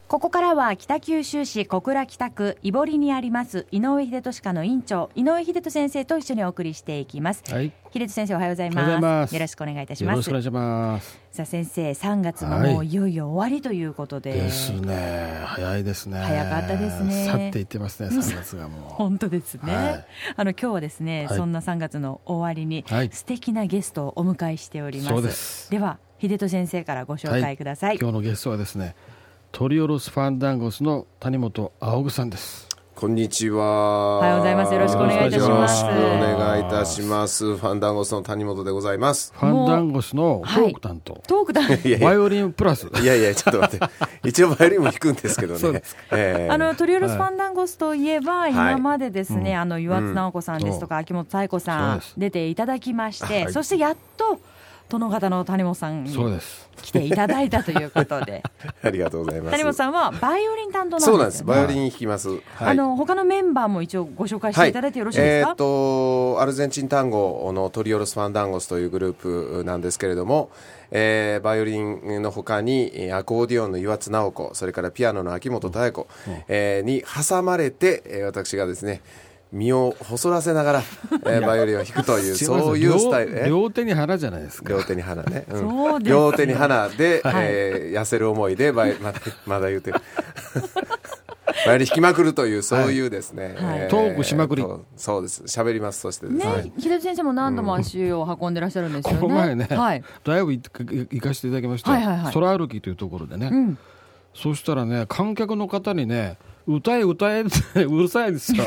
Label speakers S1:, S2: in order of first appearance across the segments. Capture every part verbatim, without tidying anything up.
S1: ここからは北九州市小倉北区井堀にあります井上秀俊科の院長井上秀俊先生と一緒にお送りしていきます、はい、秀俊先生おはようござい ます, おはようございます。よろしくお願いいたします。
S2: よろしくお願いします。
S1: さあ先生さんがつももういよいよ終わりということで、
S2: はい、ですね。早いですね。
S1: 早かったですね。
S2: 去っていってますね。さんがつがもう
S1: 本当ですね、はい、あの今日はですね、はい、そんなさんがつの終わりに、はい、素敵なゲストをお迎えしております。
S2: そうです。
S1: では秀俊先生からご紹介ください、はい、
S2: 今日のゲストはですねトリオロスファンダンゴスの谷本青具さんです。
S3: こんにちは。
S1: おはようございます。よろしくお願いいたします。
S3: よろしくお願いいたします。ファンダンゴスの谷本でございます。
S2: ファンダンゴスのトーク担当、
S1: はい、トーク担当
S2: バイオリンプラス
S3: いやいやちょっと待って一応バイオリンも弾くんですけどね
S1: えー、あのトリオロスファンダンゴスといえば、はい、今までですね、うん、あの岩津直子さんですとか、うん、秋元彩子さん出ていただきまして、はい、そしてやっと殿方の谷本さんに来ていただいたということで
S3: ありがとうございます。
S1: 谷本さんはバイオリン担当なんですよね。
S3: そうなんです。バイオリン弾きます、はい、
S1: あの他のメンバーも一応ご紹介していただいてよろしいですか。
S3: はい、えー、とアルゼンチン単語のトリオロスファンダンゴスというグループなんですけれども、えー、バイオリンの他にアコーディオンの岩津直子、それからピアノの秋元妙子、うんうんえー、に挟まれて私がですね身を細らせながら、えー、バイオリンを弾くというそういうスタイル。
S2: 両、両手に花じゃないですか。
S3: 両手に花ね、うん、
S1: そうです。
S3: 両手に花で、はいえー、痩せる思いでバイまだまだ言うてるバイオリン弾きまくるというそういうですね、はい
S2: えー、トークしまくり。
S3: そうです。喋ります。そしてですね、
S1: ね秀俊先生も何度も足を運んでらっしゃるんですよね。
S2: この前ね、はい、ライブ行かせていただきました、はいはいはい、空歩きというところでね、うん、そしたらね観客の方にね歌え歌えってうるさいですよ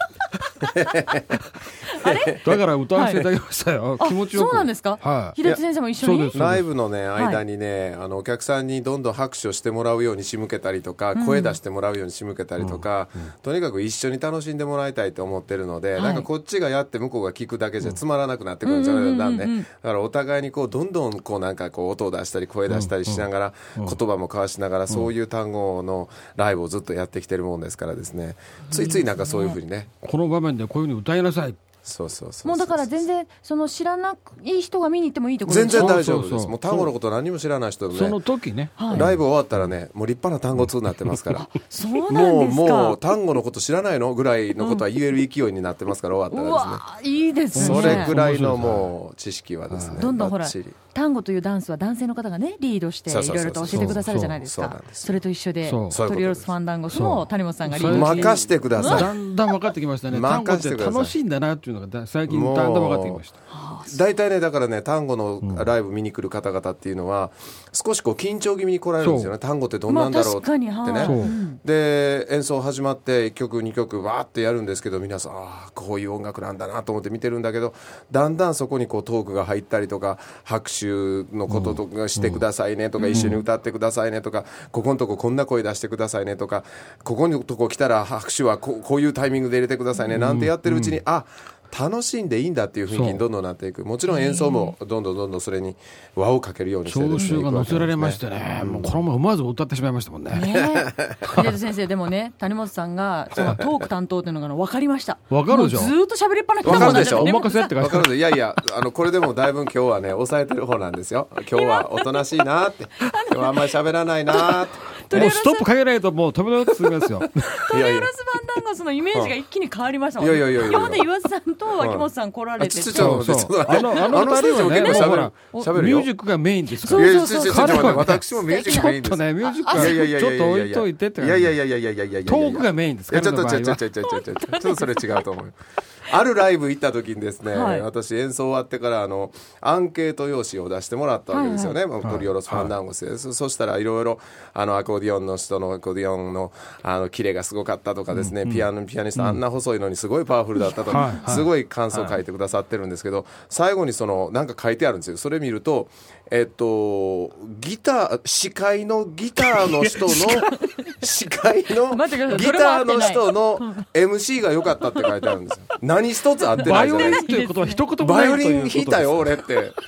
S1: あれ
S2: だから歌わせていただきましたよ、はい、気持ちよく。
S1: そうなんですか、はい、秀俊先生も一緒に
S3: ライブの、ね、間にね、はい、あのお客さんにどんどん拍手をしてもらうように仕向けたりとか、うん、声出してもらうように仕向けたりとか、うんうん、とにかく一緒に楽しんでもらいたいと思ってるので、はい、なんかこっちがやって向こうが聞くだけじゃつまらなくなってくるんじゃないか、ね、だからお互いにこうどんどんこうなんかこう音を出したり声出したりしながら、うんうん、言葉も交わしながら、そういう単語のライブをずっとやってきてるもんですからですね、ついついなんかそういうふうにね、
S2: この場面でこういうふうに歌いなさい。
S3: そうそうそうそう。
S1: もうだから全然その知らない人が見に行ってもいいってことですか。
S3: 全然大丈夫です。そうそうそう、もう単語のこと何も知らない人でもね、
S2: その時ね、
S3: はい、ライブ終わったらねもう立派な単語通になってますから
S1: そうなんですか。
S3: もうもう単語のこと知らないのぐらいのことは言える勢いになってますから、終わったらですね、
S1: うわいいですね。
S3: それぐらいのもう知識はですね、
S1: どんどんほら単語というダンスは男性の方がねリードしていろいろと教えてくださるじゃないですか。それと一緒でトリオロスファンダンゴスも谷本さんがリードして、
S3: 任してください。
S2: だんだん分かってきましたね。単語って楽しいんだなっていうのが最近だんだん分かってきました。
S3: 大体ねだからね単語のライブ見に来る方々っていうのは、うん、少しこう緊張気味に来られるんですよね。単語ってどんなんだろうってね、まあ、で演奏始まっていっきょくにきょくわーってやるんですけど、皆さんあこういう音楽なんだなと思って見てるんだけど、だんだんそこにこうトークが入ったりとか、拍手のこととかしてくださいねとか、うん、一緒に歌ってくださいねとか、ここのとここんな声出してくださいねとか、ここのとこ来たら拍手は こ, こういうタイミングで入れてくださいね、うん、なんてやってるうちに、うん、あ楽しんでいいんだっていう雰囲気にどんどんなっていく。もちろん演奏もどんどんどんどんそれに輪をかけるようにして
S2: 聴衆が乗せられましてね、もうこのまま思わず歌ってしまいましたもんね。
S1: 秀俊先生でもね谷本さんがそのトーク担当っていうのが分かりました。
S2: 分かるでしょ。
S1: ずっと喋りっぱなし
S3: 分かるでしょ。
S2: お任せって
S3: 分かる。いやいやあのこれでもだいぶ今日はね抑えてる方なんですよ。今日はおとなしいなって今日はあんまり喋らないなって
S2: もうストップかけないともう止めなくて済みますよ。
S1: トリオロスファンダンゴスのイメージが一気に変わりましたもんね。いやいやいやいや今まで岩津さんと秋元さん来られてて、
S3: ちょっと待って、あのあの
S2: 二人はね、もうほらミュージックがメインですから。
S3: いやちょっと待って、私もミュージックメインです。
S2: ちょっとねミュージックがちょっと置いといてって。
S3: いやいやいやいやいやいやいや
S2: トークがメインですから。
S3: ちょっとちょっとちょっとちょっとちょっとそれ違うと思う。あるライブ行った時にですね、はい、私演奏終わってからあのアンケート用紙を出してもらったわけですよね、はいはい、トリオロスファンダンゴスで、はい、そ, そしたらいろいろあのアコーディオンの人のアコーディオンのあのキレがすごかったとかですね、うん、ピアノピアニスト、うん、あんな細いのにすごいパワフルだったとか、はいはい、すごい感想を書いてくださってるんですけど、はい、最後にそのなんか書いてあるんですよ。それ見るとえっとギター司会のギターの人の司会のギターの人の エムシー が良かったって書いてあるんですよ。何一つ合ってない。
S2: バイオリンということは一言もないということです。
S3: バイオリン弾いたよ俺って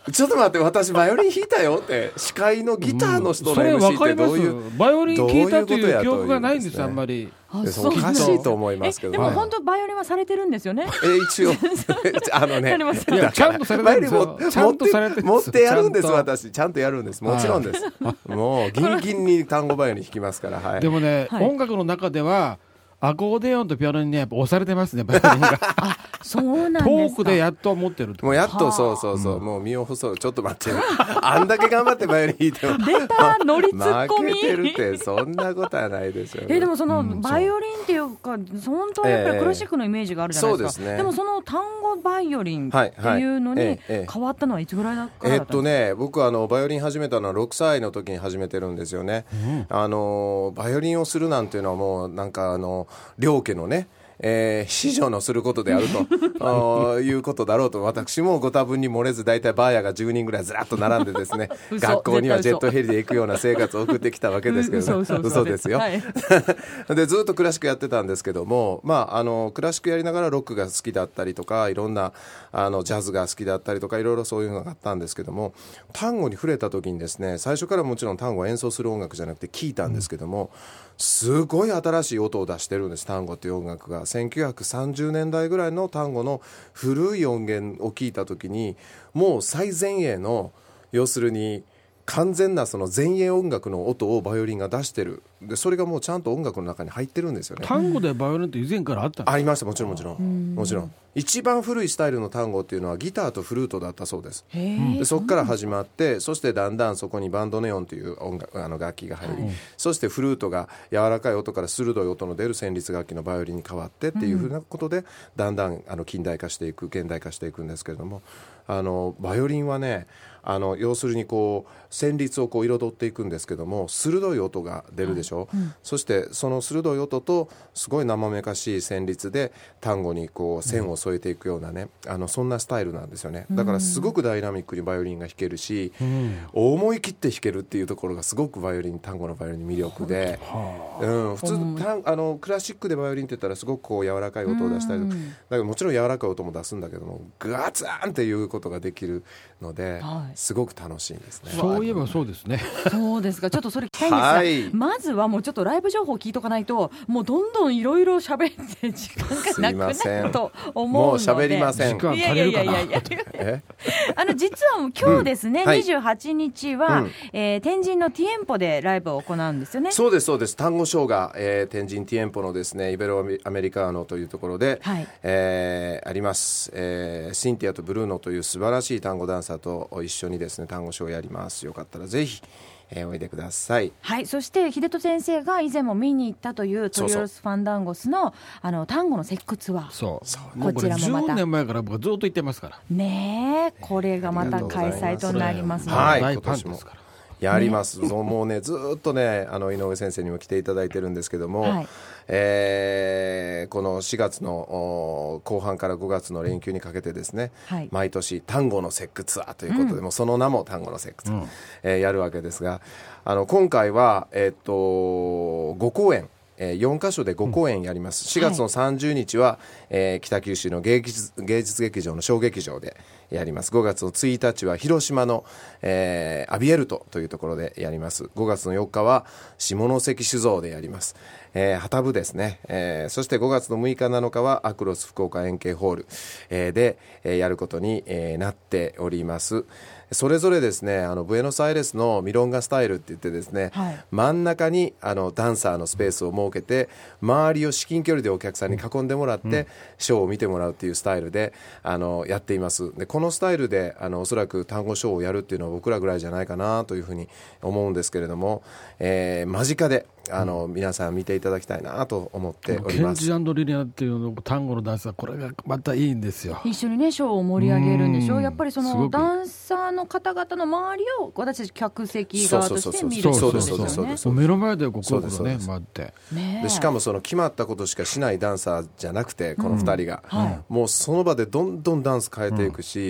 S3: ちょっと待って、私バイオリン弾いたよって司会のギターの人の エムシー ってどういう、
S2: うん、バイオリン弾いたという記憶がないんですよ、あんまり。
S3: おかしいと思いますけど、
S1: でも本当バイオリンはされてるんですよね。
S3: え一応あのね
S2: いやちゃんとされてるんですよ。ちゃんとされてるんですよ。
S3: 持ってやるんです、私ちゃんとやるんです、もちろんです。もうギンギンに単語バイオリン弾きますから、はい、
S2: でもね、はい、音楽の中ではアコーディオンとピアノにねやっぱ押されてますね、バイオリンが。
S1: あ、そうなんですか。
S2: トークでやっと持ってる。
S3: もうやっと、そうそうそう、うん、もう身を細う。ちょっと待ってあんだけ頑張ってバイオリン弾いても
S1: 出たノリツッコミ
S3: 負けてるってそんなことはないですよね。
S1: えでもそのバイオリンっていうか、うん、本当はやっぱりクラシックのイメージがあるじゃないですか、えー、そうですね。でもその単語バイオリンっていうのに変わったのはいつぐらいだったんですか。
S3: えー、っとね僕はあのバイオリン始めたのはろくさいの時に始めてるんですよね、うん、あのバイオリンをするなんていうのはもうなんかあの両家のねえー、子女のすることであるということだろうと、私もご多分に漏れず大体バーヤがじゅうにんぐらいずらっと並んでですね学校にはジェットヘリで行くような生活を送ってきたわけですけど、ね、嘘ですよ、はい、でずっとクラシックやってたんですけども、まあ、あのクラシックやりながらロックが好きだったりとかいろんなあのジャズが好きだったりとかいろいろそういうのがあったんですけども、単語に触れた時にですね最初からもちろん単語を演奏する音楽じゃなくて聴いたんですけども、うん、すごい新しい音を出してるんです。単語っていう音楽がせんきゅうひゃくさんじゅうねんだいぐらいの単語の古い音源を聞いた時にもう最前衛の要するに完全なその前衛音楽の音をバイオリンが出してる。でそれがもうちゃんと音楽の中に入ってるんですよね。
S2: 単語でバイオリンって以前からあったんですか。
S3: ありました、もちろんもちろんもちろん。一番古いスタイルの単語っていうのはギターとフルートだったそうです。でそこから始まってそしてだんだんそこにバンドネオンという音楽あの楽器が入り、はい、そしてフルートが柔らかい音から鋭い音の出る旋律楽器のバイオリンに変わってっていうふうなことで、うん、だんだんあの近代化していく現代化していくんですけれども、あのバイオリンはねあの要するにこう旋律をこう彩っていくんですけども鋭い音が出るでしょ、はいうん、そしてその鋭い音とすごい生めかしい旋律で単語にこう線を添えていくようなね、うん、あのそんなスタイルなんですよね。だからすごくダイナミックにバイオリンが弾けるし、うん、思い切って弾けるっていうところがすごくバイオリン単語のバイオリンに魅力で、うん、普通単あのクラシックでバイオリンって言ったらすごくこう柔らかい音を出したりとか、だけどもちろん柔らかい音も出すんだけどもガツンっていうことができるので、はい、すごく楽しいんですね。
S2: そういえばそうですね。
S1: そうですか。ちょっとそれ聞きたいんですが、はい、まずはもうちょっとライブ情報を聞いとかないともうどんどんいろいろ喋って時間がなくなると思うので、
S3: もう喋りません。
S2: 時間足りるかな。
S1: いやいやいやいやあの実は今日ですね、うんはい、にじゅうはちにちは、うんえー、天神のティエンポでライブを行うんですよね。
S3: そうですそうです。単語ショーが、えー、天神ティエンポのですねイベロアメリカーノというところで、はいえー、あります、えー、シンティアとブルーノという素晴らしい単語ダンサーと一緒にですね単語ショーをやります。よかったらぜひえー、おいでください。
S1: はい。そして秀人先生が以前も見に行ったというトリオロスファンダンゴスのあの単語の節句ツアー。
S2: そう
S1: そう。こちらもまた
S2: じゅうねんまえから僕はずっと行ってますから
S1: ねえ、これがまた開催となりますので、
S3: はい、
S2: 大ファンですから
S3: やります、ね、もうねずっとねあの井上先生にも来ていただいてるんですけども、はいえー、このしがつの後半からごがつの連休にかけてですね、はい、毎年単語の節句ツアーということで、うん、もうその名も単語の節句ツアー、うんえー、やるわけですが、あの今回は、えー、っとごこうえんよんかしょでごこうえんやります、うん、しがつのさんじゅうにちは、えー、北九州の芸術、芸術劇場の小劇場でやります。ごがつのついたちは広島の、えー、アビエルトというところでやります。ごがつのよっかは下関酒造でやります、えー、旗部ですね、えー、そしてごがつのむいかなのかはアクロス福岡円形ホール、えー、で、えー、やることに、えー、なっております。それぞれですねあのブエノスアイレスのミロンガスタイルって言ってですね、はい、真ん中にあのダンサーのスペースを設けて周りを至近距離でお客さんに囲んでもらって、うん、ショーを見てもらうっていうスタイルであのやっています。でこのスタイルであのおそらく単語ショーをやるっていうのは僕らぐらいじゃないかなというふうに思うんですけれども、えー、間近であの皆さん見ていただきたいなと思っております。
S2: ケンジ&リリアっていうの単語のダンサーこれがまたいいんですよ。
S1: 一緒にねショーを盛り上げるんでしょ。やっぱりそのダンサーの方々の周りを私たち客席側として見るってことですよね。
S2: 目の前でここをね待って
S3: でしかもその決まったことしかしないダンサーじゃなくてこのふたりが、うんはい、もうその場でどんどんダンス変えていくし、うん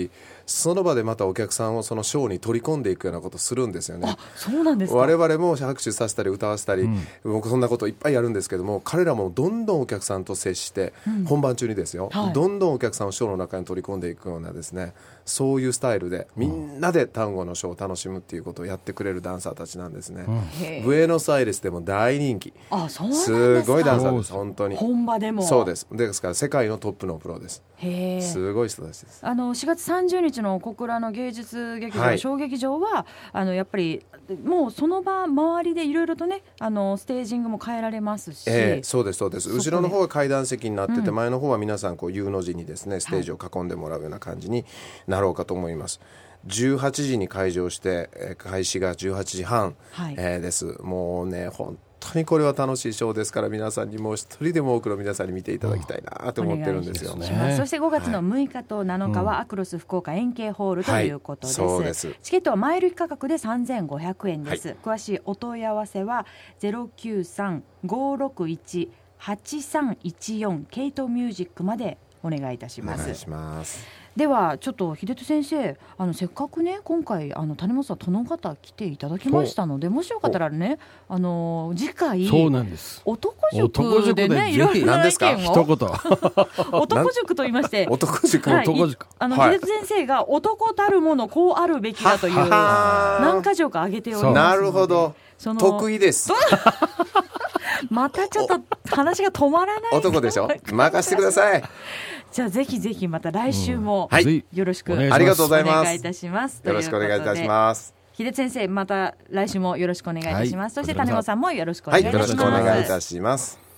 S3: その場でまたお客さんをそのショーに取り込んでいくようなことをするんですよね。
S1: あ、そうなんですか。
S3: 我々も拍手させたり歌わせたり、うん、僕そんなこといっぱいやるんですけども、彼らもどんどんお客さんと接して、うん、本番中にですよ、はい、どんどんお客さんをショーの中に取り込んでいくようなですね、そういうスタイルでみんなで単語のショーを楽しむっていうことをやってくれるダンサーたちなんですね、うん、ブエノスアイレスでも大人気。
S1: あ、そうなんですか。
S3: すごいダンサーです。本当に
S1: 本場でも。
S3: そうです。ですから世界のトップのプロです。へー、すごい人たちです。
S1: あのしがつさんじゅうにちの小倉の芸術劇場、はい、小劇場はあのやっぱりもうその場周りでいろいろとね、あのステージングも変えられますし、
S3: えー、そうですそうです。後ろの方は階段席になってて、うん、前の方は皆さんこう U の字にですねステージを囲んでもらうような感じになろうかと思います。じゅうはちじに開場して、えー、開始がじゅうはちじはん、はい、えー、です。もうね本当にこれは楽しいショーですから、皆さんにもう一人でも多くの皆さんに見ていただきたいなと思ってるんですよね。
S1: そしてごがつのむいかとなのかはアクロス福岡円形ホールということです、はい、そうです。チケットは前売り価格でさんぜんごひゃくえんです、はい、詳しいお問い合わせは ゼロきゅうさん ごろくいち はちさんいちよん ケイトミュージックまでお願いいたします。
S3: お願いします。
S1: ではちょっと秀人先生、あのせっかくね今回あの谷本さん殿方来ていただきましたので、もしよかったらね、あの次回
S2: そうなんです
S1: 男塾でねいろいろな意見を
S2: 一言
S1: 男塾と言いまして
S3: 男塾、
S1: はい、
S3: 男塾、
S1: あの、はい、秀人先生が男たるものこうあるべきだという何箇条か挙げておりますので。
S3: なるほど、その得意です
S1: またちょっと話が止まらない
S3: 男でしょ任せてください。
S1: じゃあぜひぜひまた来週もよろしくお願いいたします。
S3: よろしくお願いいたします。
S1: 秀人先生また来週もよろしくお願いいたします、はい、そして谷本さんもよろしくお願いいたします、
S3: はい、よろしくお願いいたします。